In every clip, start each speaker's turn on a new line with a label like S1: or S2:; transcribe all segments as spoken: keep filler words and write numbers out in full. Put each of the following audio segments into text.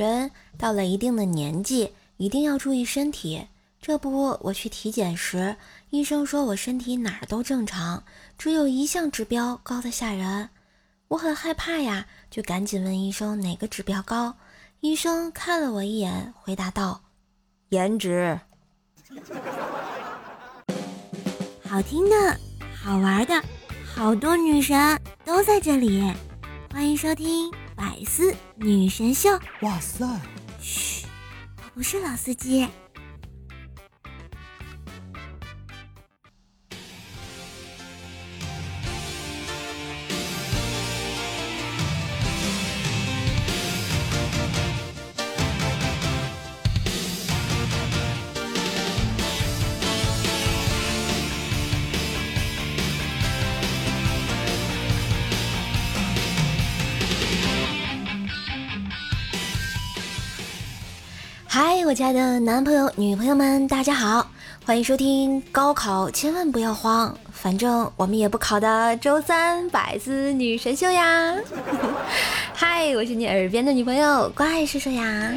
S1: 人到了一定的年纪，一定要注意身体。这不，我去体检时，医生说我身体哪儿都正常，只有一项指标高得吓人。我很害怕呀，就赶紧问医生哪个指标高。医生看了我一眼，回答道：颜值。好听的，好玩的，好多女神都在这里，欢迎收听百思女神秀。
S2: 哇塞，
S1: 嘘，我不是老司机。嗨，我家的男朋友女朋友们大家好，欢迎收听高考千万不要慌，反正我们也不考的周三百思女神秀呀。嗨，我是你耳边的女朋友怪叔叔呀。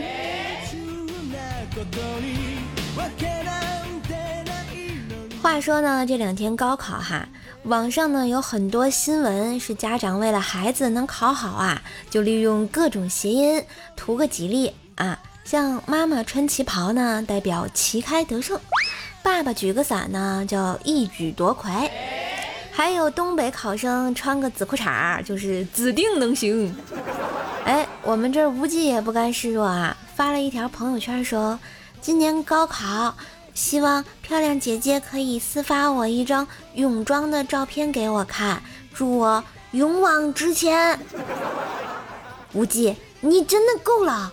S1: 话说呢，这两天高考哈，网上呢有很多新闻是家长为了孩子能考好啊，就利用各种谐音图个吉利啊。像妈妈穿旗袍呢，代表旗开得胜；爸爸举个伞呢，叫一举夺魁；还有东北考生穿个紫裤衩，就是指定能行。哎，我们这儿无忌也不甘示弱啊，发了一条朋友圈说，今年高考，希望漂亮姐姐可以私发我一张泳装的照片给我看，祝我勇往直前。无忌，你真的够了。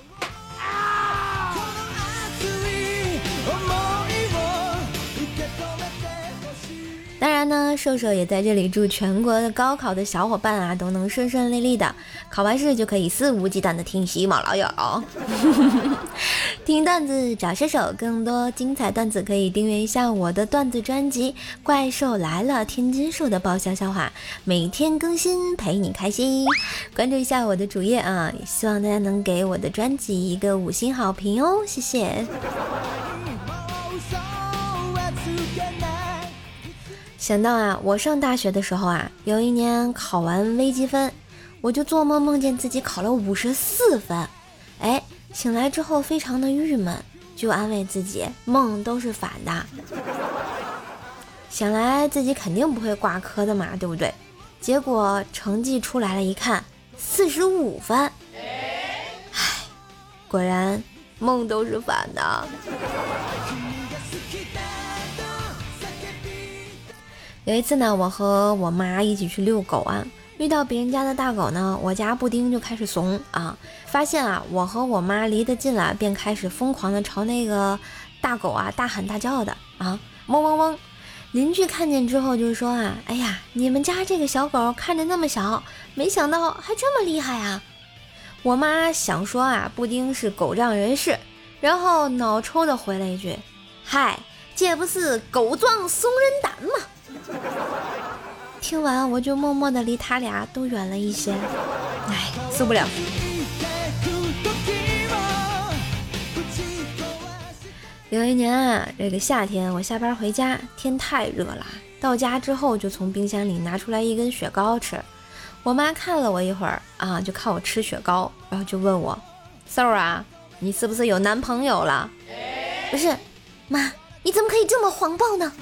S1: 当然呢，瘦瘦也在这里祝全国的高考的小伙伴啊都能顺顺利利的，考完试就可以肆无忌惮的听喜马拉雅听段子找射手，更多精彩段子可以订阅一下我的段子专辑《怪兽来了》，天津树的爆笑笑话，每天更新陪你开心。关注一下我的主页啊，也希望大家能给我的专辑一个五星好评哦，谢谢。想到啊，我上大学的时候啊，有一年考完微积分，我就做梦梦见自己考了五十四分，哎，醒来之后非常的郁闷，就安慰自己梦都是反的，想来自己肯定不会挂科的嘛，对不对？结果成绩出来了，一看四十五分，唉，果然梦都是反的。有一次呢，我和我妈一起去遛狗啊，遇到别人家的大狗呢，我家布丁就开始怂啊，发现啊我和我妈离得近了，便开始疯狂的朝那个大狗啊大喊大叫的啊，嗡嗡嗡。邻居看见之后就说啊，哎呀，你们家这个小狗看着那么小，没想到还这么厉害啊。我妈想说啊，布丁是狗仗人势，然后脑抽的回了一句，嗨，这不是狗壮怂人胆吗？听完我就默默的离他俩都远了一些，哎，受不了。有一年啊，这个夏天我下班回家，天太热了，到家之后就从冰箱里拿出来一根雪糕吃。我妈看了我一会儿啊，就看我吃雪糕，然后就问我，嗖儿啊，你是不是有男朋友了？不是，妈，你怎么可以这么谎报呢？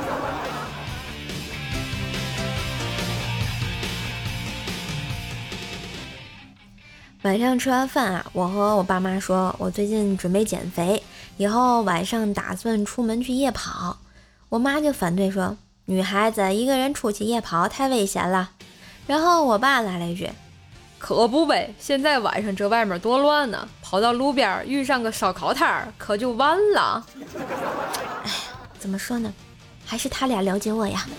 S1: 晚上吃完饭啊，我和我爸妈说，我最近准备减肥，以后晚上打算出门去夜跑。我妈就反对说，女孩子一个人出去夜跑太危险了。然后我爸来了一句，可不呗，现在晚上这外面多乱呢，跑到路边遇上个烧烤摊儿，可就完了。哎呀，怎么说呢，还是他俩了解我呀。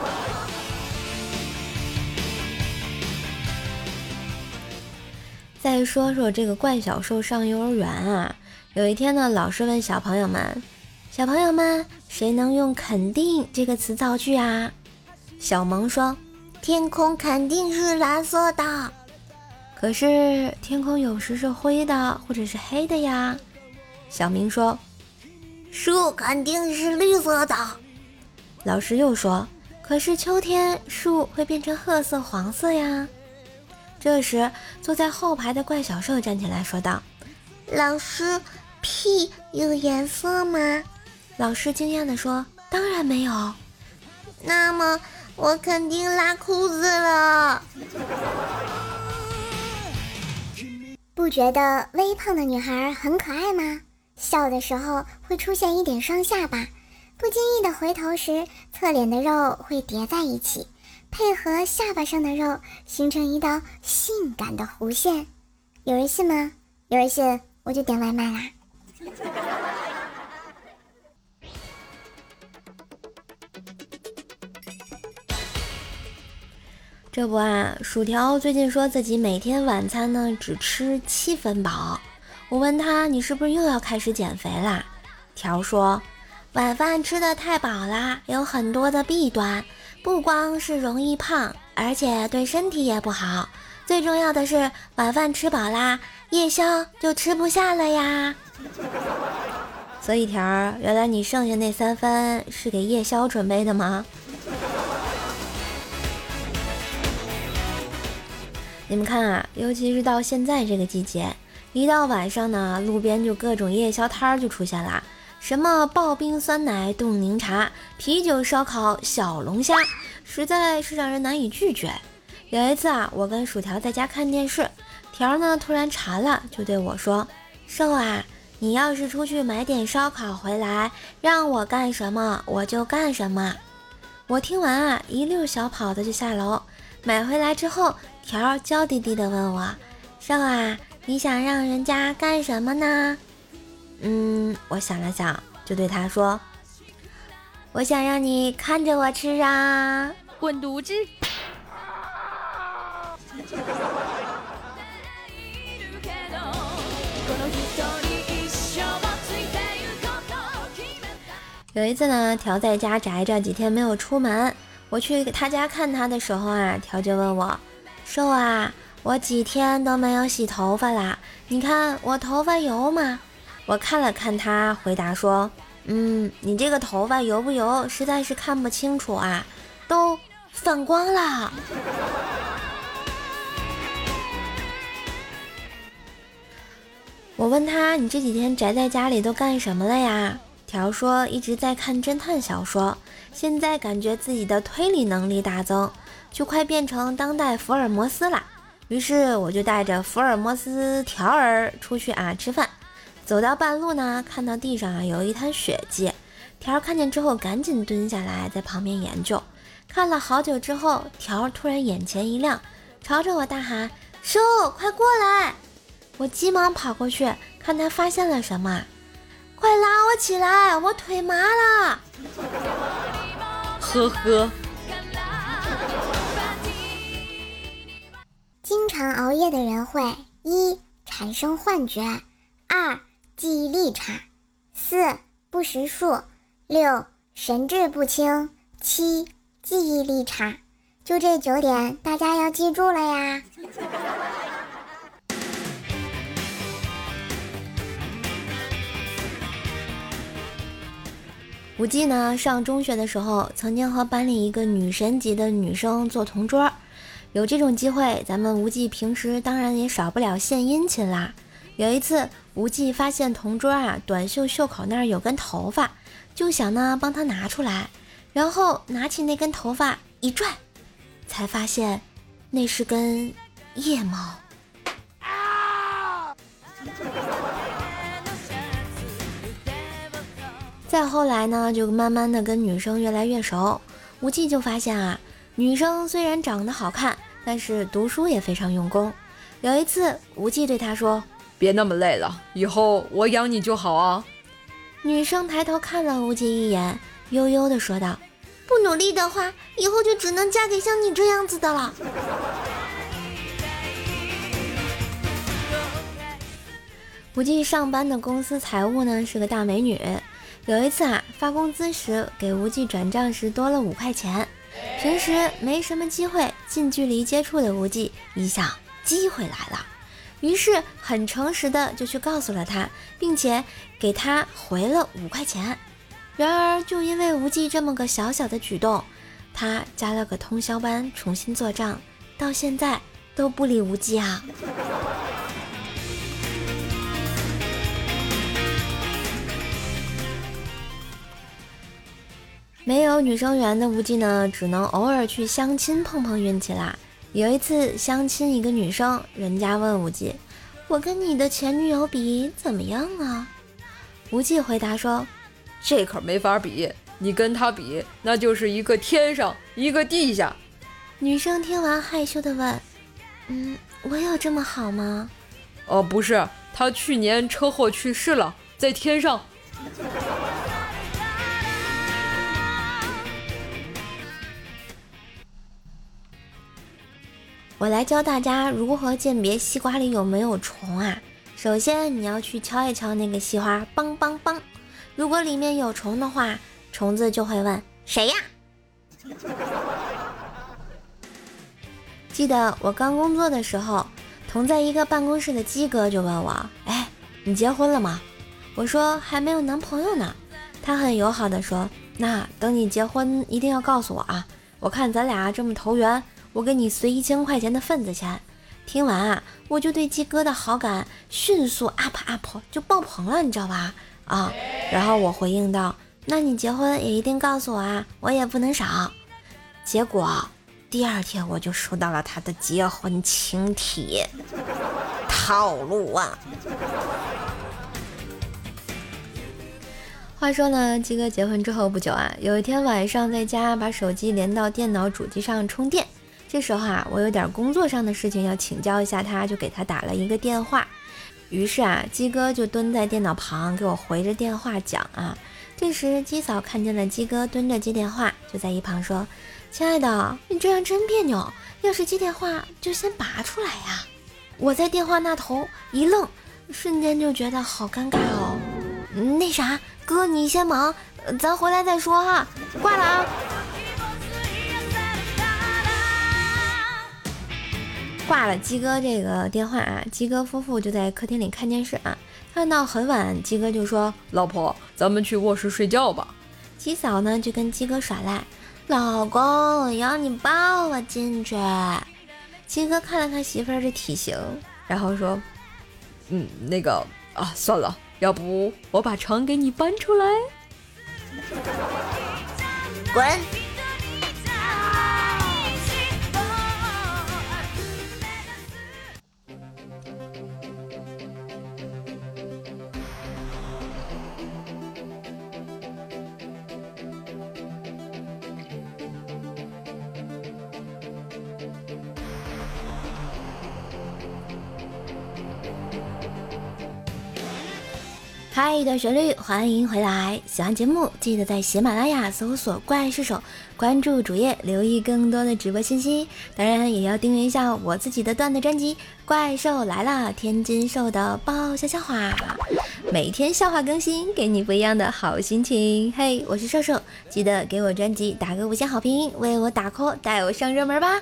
S1: 再说说这个怪小兽上幼儿园啊，有一天呢，老师问小朋友们，小朋友们，谁能用肯定这个词造句啊？小萌说，天空肯定是蓝色的。 可是天空有时是灰的或者是黑的呀。小明说，
S2: 树肯定是绿色的。
S1: 老师又说，可是秋天树会变成褐色黄色呀。这时坐在后排的怪小兽站起来说道，
S2: 老师，屁有颜色吗？
S1: 老师惊讶地说，当然没有。
S2: 那么我肯定拉裤子了。
S3: 不觉得微胖的女孩很可爱吗？笑的时候会出现一点双下巴，不经意的回头时，侧脸的肉会叠在一起，配合下巴上的肉，形成一道性感的弧线。有人信吗？有人信我就点外卖啦。
S1: 这不啊，薯条最近说自己每天晚餐呢只吃七分饱。我问他，你是不是又要开始减肥啦？条说，晚饭吃的太饱啦，有很多的弊端，不光是容易胖，而且对身体也不好。最重要的是，晚饭吃饱啦，夜宵就吃不下了呀。所以条，原来你剩下那三分是给夜宵准备的吗？你们看啊，尤其是到现在这个季节，一到晚上呢，路边就各种夜宵摊就出现了，什么刨冰酸奶冻柠茶、啤酒烧烤、小龙虾，实在是让人难以拒绝。有一次啊，我跟薯条在家看电视，条呢突然馋了，就对我说，瘦啊，你要是出去买点烧烤回来，让我干什么我就干什么。我听完啊，一溜小跑的就下楼，买回来之后，条娇滴滴的问我，瘦啊，你想让人家干什么呢？嗯，我想了想，就对他说，我想让你看着我吃啊，
S4: 滚犊子！
S1: 有一次呢，条在家宅着几天没有出门，我去他家看他的时候啊，条就问我，瘦啊，我几天都没有洗头发啦，你看我头发油吗？我看了看他，回答说，嗯，你这个头发油不油实在是看不清楚啊，都反光了。我问他，你这几天宅在家里都干什么了呀？条说一直在看侦探小说，现在感觉自己的推理能力大增，就快变成当代福尔摩斯啦。于是我就带着福尔摩斯条儿出去啊吃饭，走到半路呢，看到地上啊有一滩血迹，条看见之后赶紧蹲下来在旁边研究，看了好久之后，条突然眼前一亮，朝着我大喊，瘦，快过来！我急忙跑过去看他发现了什么，快拉我起来，我腿麻了。
S4: 呵呵。
S3: 经常熬夜的人会一产生幻觉，二记忆力差，四不识数，六神志不清，七记忆力差。就这九点，大家要记住了呀。
S1: 吴忌呢，上中学的时候，曾经和班里一个女神级的女生做同桌。有这种机会，咱们吴忌平时当然也少不了献殷勤啦。有一次，吴忌发现同桌啊短袖袖口那儿有根头发，就想呢帮他拿出来，然后拿起那根头发一拽，才发现那是根腋毛。啊！再后来呢，就慢慢的跟女生越来越熟，吴忌就发现啊，女生虽然长得好看，但是读书也非常用功。有一次，吴忌对她说，
S4: 别那么累了，以后我养你就好啊。
S1: 女生抬头看了吴忌一眼，悠悠地说道，
S2: 不努力的话，以后就只能嫁给像你这样子的了。
S1: 吴忌上班的公司财务呢是个大美女，有一次啊发工资时给吴忌转账时多了五块钱，平时没什么机会近距离接触的吴忌一想机会来了。于是很诚实的就去告诉了他，并且给他回了五块钱。然而就因为无忌这么个小小的举动，他加了个通宵班重新做账，到现在都不理无忌啊。没有女生缘的无忌呢，只能偶尔去相亲碰碰运气啦。有一次相亲一个女生，人家问无忌，我跟你的前女友比怎么样啊？无忌回答说，
S4: 这可没法比，你跟她比，那就是一个天上一个地下。
S1: 女生听完害羞地问，嗯，我有这么好吗？
S4: 哦，不是，她去年车祸去世了，在天上。
S1: 我来教大家如何鉴别西瓜里有没有虫啊。首先你要去敲一敲那个西瓜，梆梆梆，如果里面有虫的话，虫子就会问谁呀？记得我刚工作的时候，同在一个办公室的鸡哥就问我，哎，你结婚了吗？我说还没有男朋友呢。他很友好的说，那等你结婚一定要告诉我啊，我看咱俩这么投缘，我给你随一千块钱的份子钱。听完啊，我就对鸡哥的好感迅速 up up 就爆棚了，你知道吧？啊，然后我回应道，那你结婚也一定告诉我啊，我也不能少。结果第二天我就收到了他的结婚请帖，套路啊！话说呢，鸡哥结婚之后不久啊，有一天晚上在家把手机连到电脑主机上充电，这时候啊，我有点工作上的事情要请教一下他，就给他打了一个电话。于是啊，鸡哥就蹲在电脑旁给我回着电话讲啊。这时鸡嫂看见了鸡哥蹲着接电话，就在一旁说，亲爱的，你这样真别扭，要是接电话就先拔出来呀。我在电话那头一愣，瞬间就觉得好尴尬哦。那啥，哥你先忙，咱回来再说哈，挂了啊。挂了鸡哥这个电话啊，鸡哥夫妇就在客厅里看电视啊，看到很晚，鸡哥就说，
S4: 老婆，咱们去卧室睡觉吧。
S1: 鸡嫂呢就跟鸡哥耍赖，老公要你抱我进去。鸡哥看了看媳妇儿的体型，然后说，
S4: 嗯，那个啊，算了，要不我把床给你搬出来。
S2: 滚！
S1: 嗨，一段旋律，欢迎回来！喜欢节目记得在喜马拉雅搜索怪兽手，关注主页留意更多的直播信息，当然也要订阅一下我自己的段子专辑《怪兽来了》，天津兽的爆笑笑话，每天笑话更新，给你不一样的好心情。嘿，我是兽兽，记得给我专辑打个五星好评，为我打 call，带我上热门吧。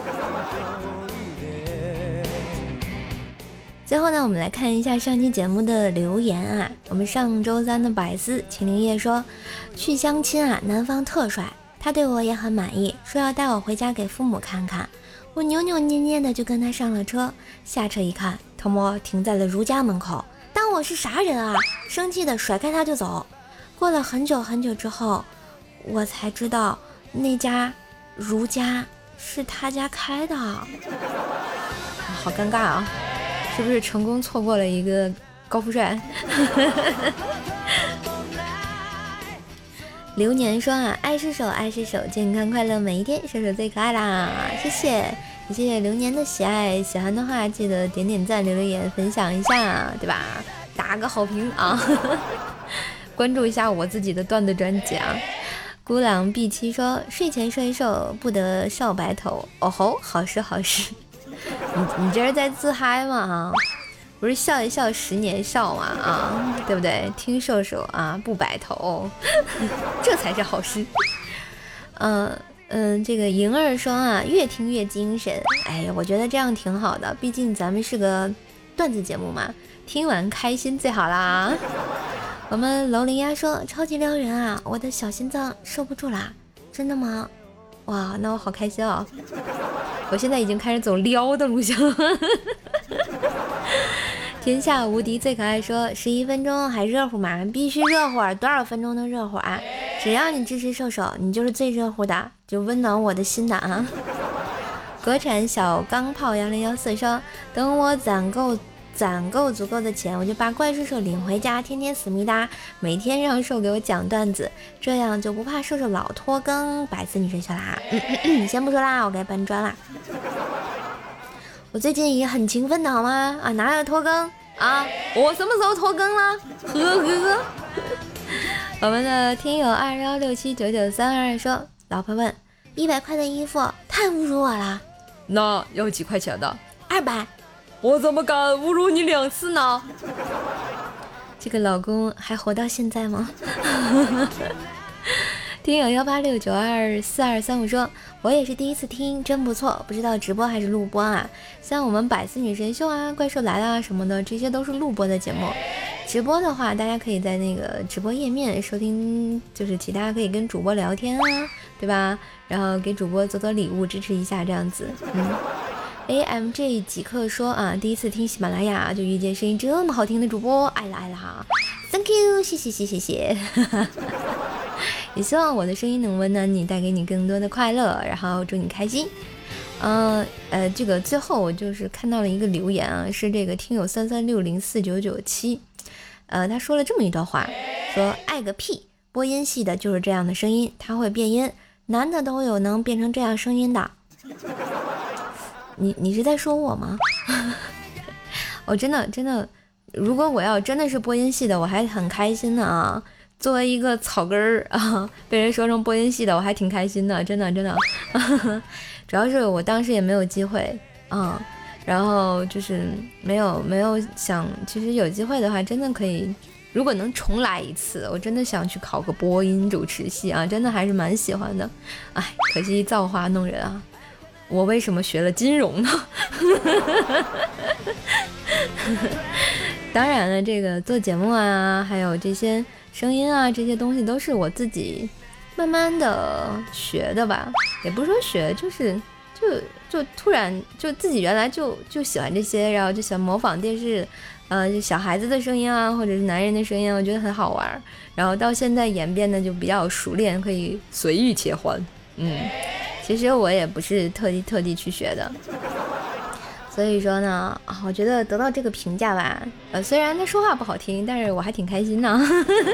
S1: 最后呢，我们来看一下上期节目的留言啊。我们上周三的百思秦灵叶说，去相亲啊，男方特帅，他对我也很满意，说要带我回家给父母看看。我扭扭捏捏的就跟他上了车，下车一看，偷摸停在了如家门口，当我是啥人啊？生气的甩开他就走。过了很久很久之后，我才知道那家如家是他家开的，好尴尬啊！是不是成功错过了一个高富帅？流年说啊，爱是手，爱是手，健康快乐每一天，手手最可爱啦！谢谢，也谢谢流年的喜爱，喜欢的话记得点点赞、留留言、分享一下，对吧？打个好评啊！关注一下我自己的段子专辑啊。孤狼 B 七说，睡前说一首不得少白头，哦吼，好事好事。你你这是在自嗨吗？啊，不是笑一笑十年少嘛？啊，对不对？听瘦瘦啊，不白头，这才是好事。嗯嗯，这个莹儿说啊，越听越精神。哎呀，我觉得这样挺好的，毕竟咱们是个段子节目嘛，听完开心最好啦。我们楼林鸭说超级撩人啊，我的小心脏受不住啦。真的吗？哇，那我好开心哦！我现在已经开始走撩的路线了。天下无敌最可爱说十一分钟还热乎吗？必须热乎，多少分钟都热乎啊！只要你支持瘦瘦，你就是最热乎的，就温暖我的心的啊！国产小钢炮幺零幺四说，等我攒够攒够足够的钱，我就把怪兽兽领回家，天天思密达，每天让兽给我讲段子，这样就不怕兽兽老拖更。百思女神秀啦，嗯嗯嗯，先不说啦，我该搬砖啦。我最近也很勤奋的好吗？啊，哪有拖更啊？我什么时候拖更了？呵呵。我们的听友二幺六七九九三二说，老婆问，一百块的衣服太侮辱我了，
S4: 那要几块钱的？
S1: 二百。
S4: 我怎么敢侮辱你两次呢？
S1: 这个老公还活到现在吗？听友幺八六九二四二三五说，我也是第一次听，真不错，不知道直播还是录播啊。像我们百思女神秀啊、怪兽来了什么的，这些都是录播的节目。直播的话，大家可以在那个直播页面收听，就是其他可以跟主播聊天啊，对吧？然后给主播做做礼物支持一下这样子。嗯A M G 几克说啊，第一次听喜马拉雅就遇见声音这么好听的主播，爱了爱了哈 ，Thank you， 谢谢谢谢谢谢。也希望我的声音能温暖你，带给你更多的快乐，然后祝你开心。嗯呃，这个最后我就是看到了一个留言啊，是这个听友三三六零四九九七，呃，他说了这么一段话，说爱个屁，播音系的就是这样的声音，他会变音，男的都有能变成这样声音的。你你是在说我吗？我真的真的，如果我要真的是播音系的，我还很开心的啊。作为一个草根儿啊，被人说成播音系的，我还挺开心的，真的真的。主要是我当时也没有机会啊，然后就是没有没有想，其实有机会的话，真的可以，如果能重来一次，我真的想去考个播音主持系啊，真的还是蛮喜欢的。哎，可惜造化弄人啊。我为什么学了金融呢？当然了，这个做节目啊，还有这些声音啊，这些东西都是我自己慢慢的学的吧，也不是说学，就是就就突然就自己原来就就喜欢这些，然后就喜欢模仿电视，呃，就小孩子的声音啊，或者是男人的声音，我觉得很好玩，然后到现在演变的就比较熟练，可以随意切换，嗯。其实我也不是特地特地去学的，所以说呢，啊，我觉得得到这个评价吧，呃，虽然他说话不好听，但是我还挺开心的。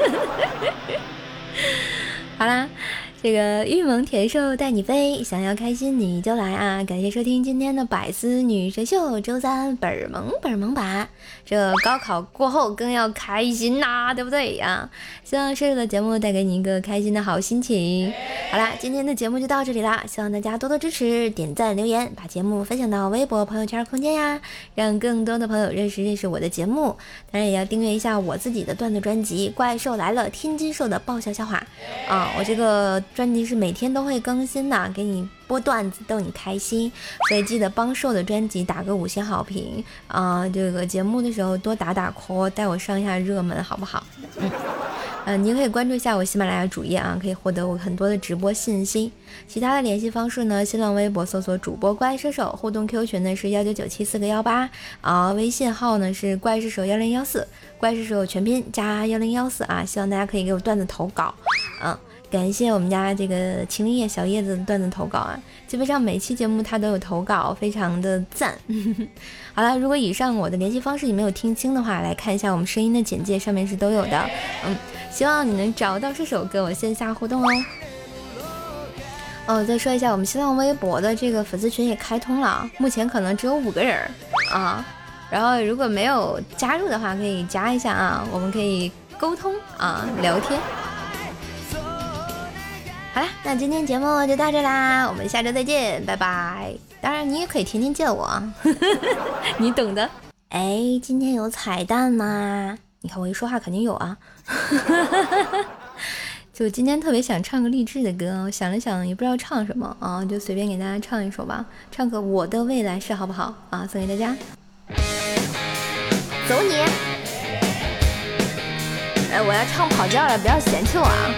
S1: 好啦，这个玉萌甜瘦带你飞，想要开心你就来啊！感谢收听今天的百思女神秀，周三本儿萌本儿萌版。这高考过后更要开心呐、啊，对不对呀？希望这的节目带给你一个开心的好心情。好啦，今天的节目就到这里啦，希望大家多多支持，点赞留言，把节目分享到微博、朋友圈空间呀，让更多的朋友认识认识我的节目。当然也要订阅一下我自己的段子专辑《怪兽来了》，天津兽的爆笑笑话啊！我这个专辑是每天都会更新的，给你播段子逗你开心，所以记得帮兽的专辑打个五星好评啊、呃！这个节目的时候多打打 call， 带我上一下热门，好不好？嗯。呃，您可以关注一下我喜马拉雅主页啊，可以获得我很多的直播信息。其他的联系方式呢，新浪微博搜索主播怪射手，互动 Q 群呢是幺九九七四个幺八啊，微信号呢是怪射手幺零幺四，怪射手全拼加幺零幺四啊，希望大家可以给我段子投稿，嗯。感谢我们家这个青叶小叶子的段子投稿啊，基本上每期节目他都有投稿，非常的赞。好了，如果以上我的联系方式你没有听清的话，来看一下我们声音的简介，上面是都有的。嗯，希望你能找到射手跟我线下互动哦。哦，再说一下，我们新浪微博的这个粉丝群也开通了，目前可能只有五个人啊。然后如果没有加入的话，可以加一下啊，我们可以沟通啊，聊天。好啦，那今天节目就到这啦，我们下周再见，拜拜。当然你也可以天天见我，你懂的。哎，今天有彩蛋吗？你看我一说话肯定有啊。 就今天特别想唱个励志的歌，我想了想也不知道唱什么啊，就随便给大家唱一首吧，唱个《我的未来式》好不好啊？送给大家。走你！哎，我要唱跑调了，不要嫌弃我啊！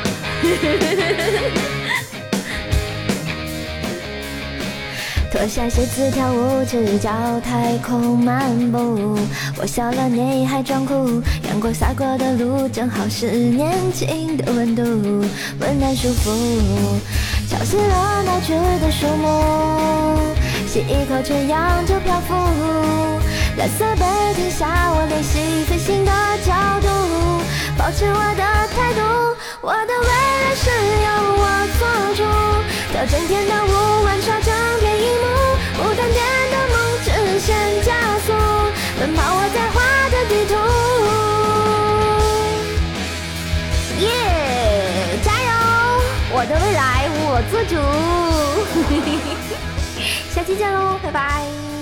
S1: 脱下鞋子跳舞，赤脚太空漫步。我笑了，你还装酷。阳光洒过的路，正好是年轻的温度，温暖舒服。敲碎了老去的树木，吸一口吹，扬着漂浮。蓝色背景下，我练习飞行的角度，保持我的态度。我的未来是由我做主，调整天的雾，玩耍整片荧幕，不断电的梦直线加速，奔跑我在画的地图。耶、yeah, 加油！我的未来我做主。下期见喽，拜拜。